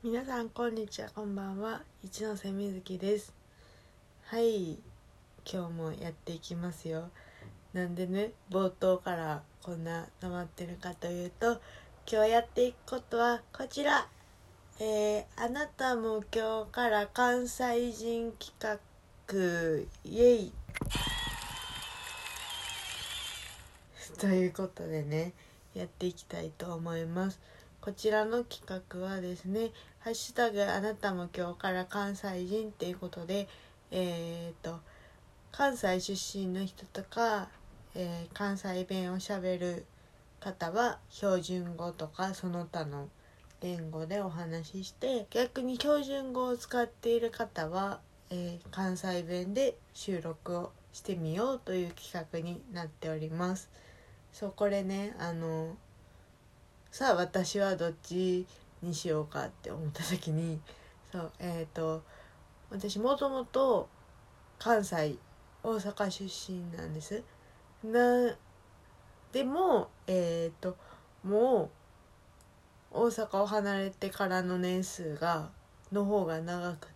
皆さんこんにちは、こんばんは。一ノ瀬みずきです。はい、今日もやっていきますよ。なんでね、冒頭からこんな溜まってるかというと、今日やっていくことはこちら。あなたも今日から関西人企画、イエイということでね、やっていきたいと思います。こちらの企画はですね、ハッシュタグあなたも今日から関西人っていうことで、関西出身の人とか、関西弁をしゃべる方は標準語とかその他の言語でお話しして、逆に標準語を使っている方は、関西弁で収録をしてみようという企画になっております。そう、これね、さあ私はどっちにしようかって思った時に、そう私もともと関西大阪出身なんです。でももう大阪を離れてからの年数の方が長くって、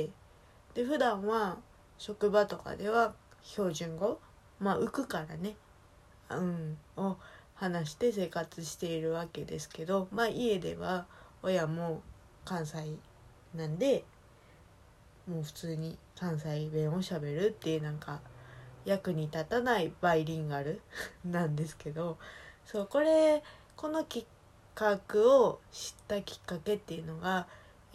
で普段は職場とかでは標準語浮くからね、を話して生活しているわけですけど、家では親も関西なんで、もう普通に関西弁をしゃべるっていう、なんか役に立たないバイリンガルなんですけど、そうこの企画を知ったきっかけっていうのが、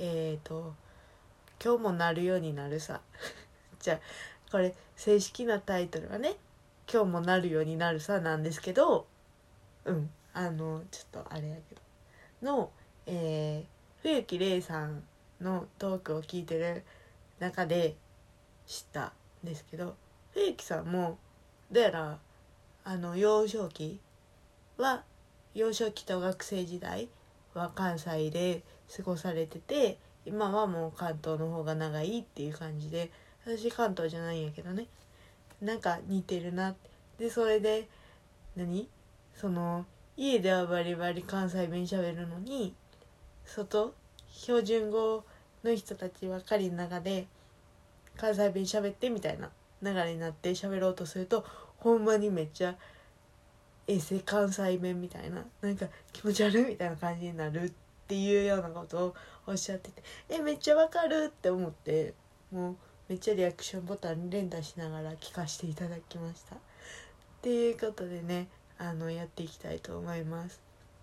今日もなるようになるさじゃあこれ正式なタイトルはね、今日もなるようになるさなんですけど、ちょっとあれやけどの、冬木玲さんのトークを聞いてる中で知ったんですけど、冬木さんもどうやら幼少期と学生時代は関西で過ごされてて、今はもう関東の方が長いっていう感じで、私関東じゃないんやけどね、なんか似てるなって。でそれでその家ではバリバリ関西弁喋るのに、標準語の人たちばっかりの中で関西弁喋ってみたいな流れになって喋ろうとすると、ほんまにめっちゃ関西弁みたいな、なんか気持ち悪いみたいな感じになるっていうようなことをおっしゃってて、めっちゃわかるって思って、もうめっちゃリアクションボタン連打しながら聞かせていただきました。っていうことでね、やっていきたいと思います。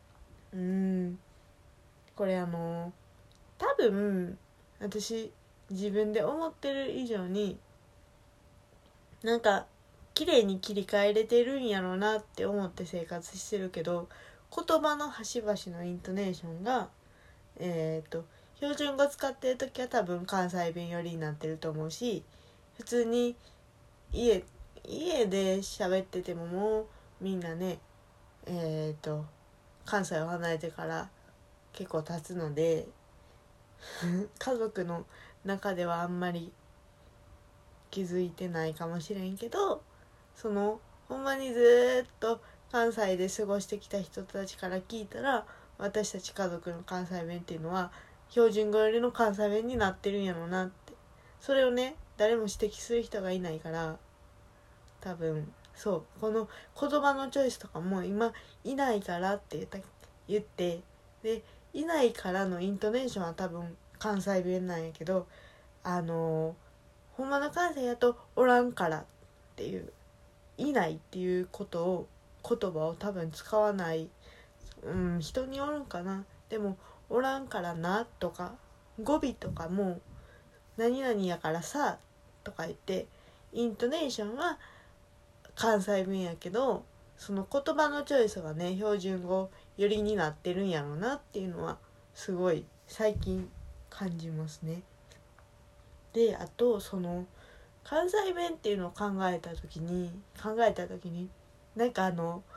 これ多分私自分で思ってる以上になんか綺麗に切り替えれてるんやろうなって思って生活してるけど、言葉の端々のイントネーションが標準語使ってる時は多分関西弁寄りになってると思うし、普通に家で喋っててももうみんなね、関西を離れてから結構経つので家族の中ではあんまり気づいてないかもしれんけど、ほんまにずっと関西で過ごしてきた人たちから聞いたら、私たち家族の関西弁っていうのは標準語よりの関西弁になってるんやろうなって。それをね、誰も指摘する人がいないから、多分この言葉のチョイスとかも今いないからって言って、でいないからのイントネーションは多分関西弁なんやけど、ほんまの関西やとおらんからっていう、いないっていう言葉を多分使わない、人によるんかな。でもおらんからなとか語尾とかも何々やからさとか言って、イントネーションは関西弁やけど、その言葉のチョイスがね標準語寄りになってるんやろうなっていうのはすごい最近感じますね。であと関西弁っていうのを考えた時になんか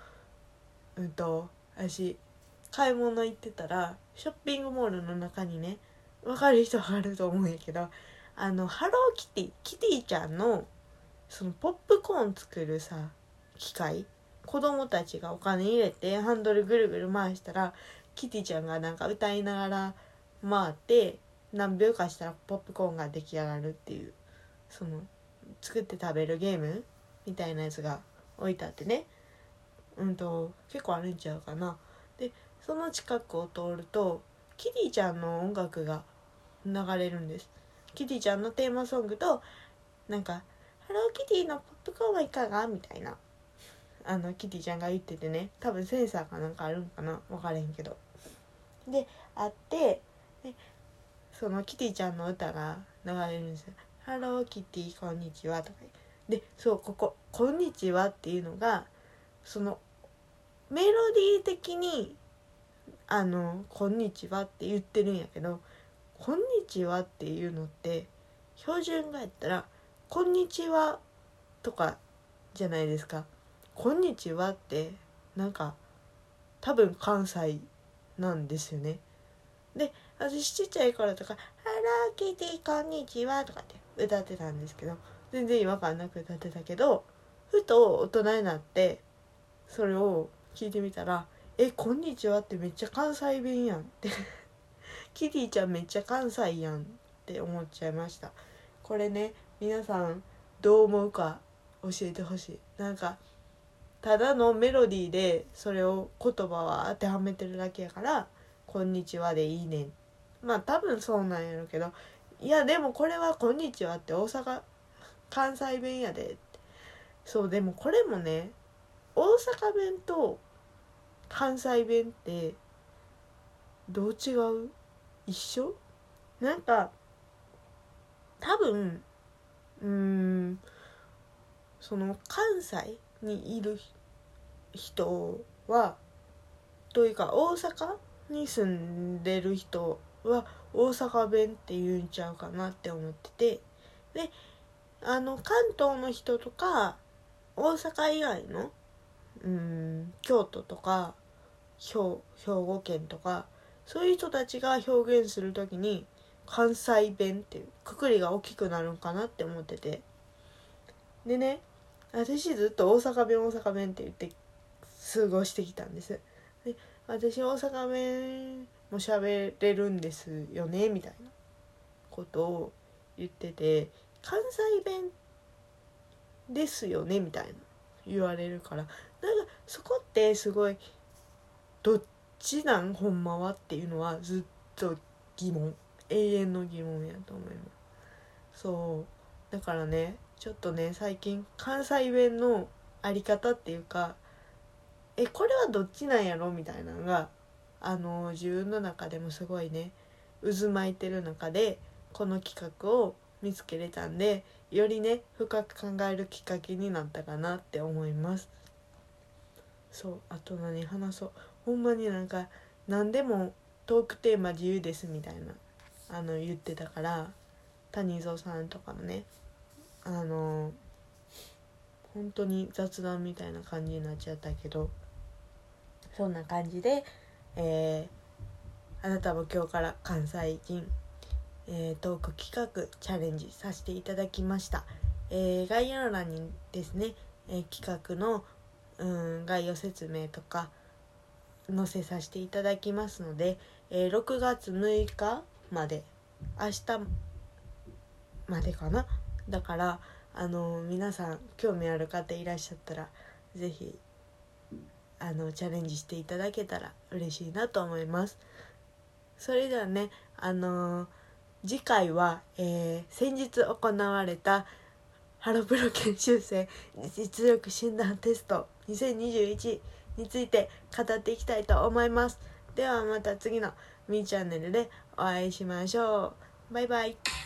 私買い物行ってたら、ショッピングモールの中にね、分かる人は分かると思うんやけど、ハローキティちゃんのそのポップコーン作る機械、子供たちがお金入れてハンドルぐるぐる回したらキティちゃんがなんか歌いながら回って何秒かしたらポップコーンが出来上がるっていう、その作って食べるゲームみたいなやつが置いてあってね、結構あるんちゃうかな。でその近くを通るとキティちゃんの音楽が流れるんです。キティちゃんのテーマソングと、なんかハローキティのポップコーンはいかがみたいな、キティちゃんが言っててね、多分センサーかなんかあるんかな、分からへんけど、であって、でそのキティちゃんの歌が流れるんですよ。ハローキティこんにちはとかで、そうこここんにちはっていうのが、そのメロディー的にこんにちはって言ってるんやけど、こんにちはっていうのって標準語やったらこんにちはとかじゃないですか。こんにちはってなんか多分関西なんですよね。で私ちっちゃい頃とかハローキティこんにちはとかって歌ってたんですけど、全然違和感なく歌ってたけど、ふと大人になってそれを聞いてみたら、こんにちはってめっちゃ関西弁やんってキティちゃんめっちゃ関西やんって思っちゃいました。これね、皆さんどう思うか教えてほしい。なんかただのメロディーでそれを言葉は当てはめてるだけやからこんにちはでいいねん。まあ多分そうなんやろうけど、いやでもこれはこんにちはって関西弁やで。そうでもこれもね、大阪弁と関西弁ってどう違う？一緒？なんか多分その関西にいる人はというか大阪に住んでる人は大阪弁って言うんちゃうかなって思ってて、で関東の人とか大阪以外の京都とか兵庫県とかそういう人たちが表現するときに関西弁っていうくくりが大きくなるんかなって思ってて、でね、私ずっと大阪弁って言って過ごしてきたんです。で私大阪弁も喋れるんですよねみたいなことを言ってて、関西弁ですよねみたいな言われるから、なんかそこってすごいどっちなんほんまはっていうのはずっと永遠の疑問やと思います。そうだからね、ちょっとね最近関西弁のあり方っていうか、これはどっちなんやろみたいなのが自分の中でもすごいね渦巻いてる中でこの企画を見つけれたんで、よりね深く考えるきっかけになったかなって思います。そうあと何話そう、ほんまになんか何でもトークテーマ自由ですみたいな言ってたから、谷蔵さんとかもね本当に雑談みたいな感じになっちゃったけど、そんな感じで、あなたも今日から関西人、トーク企画チャレンジさせていただきました。概要欄にですね、企画の概要説明とか載せさせていただきますので、6月6日まで、明日までかな。だから皆さん興味ある方いらっしゃったらぜひチャレンジしていただけたら嬉しいなと思います。それではね、次回は、先日行われたハロプロ研修生実力診断テスト2021について語っていきたいと思います。ではまた次のみーチャンネルでお会いしましょう。バイバイ。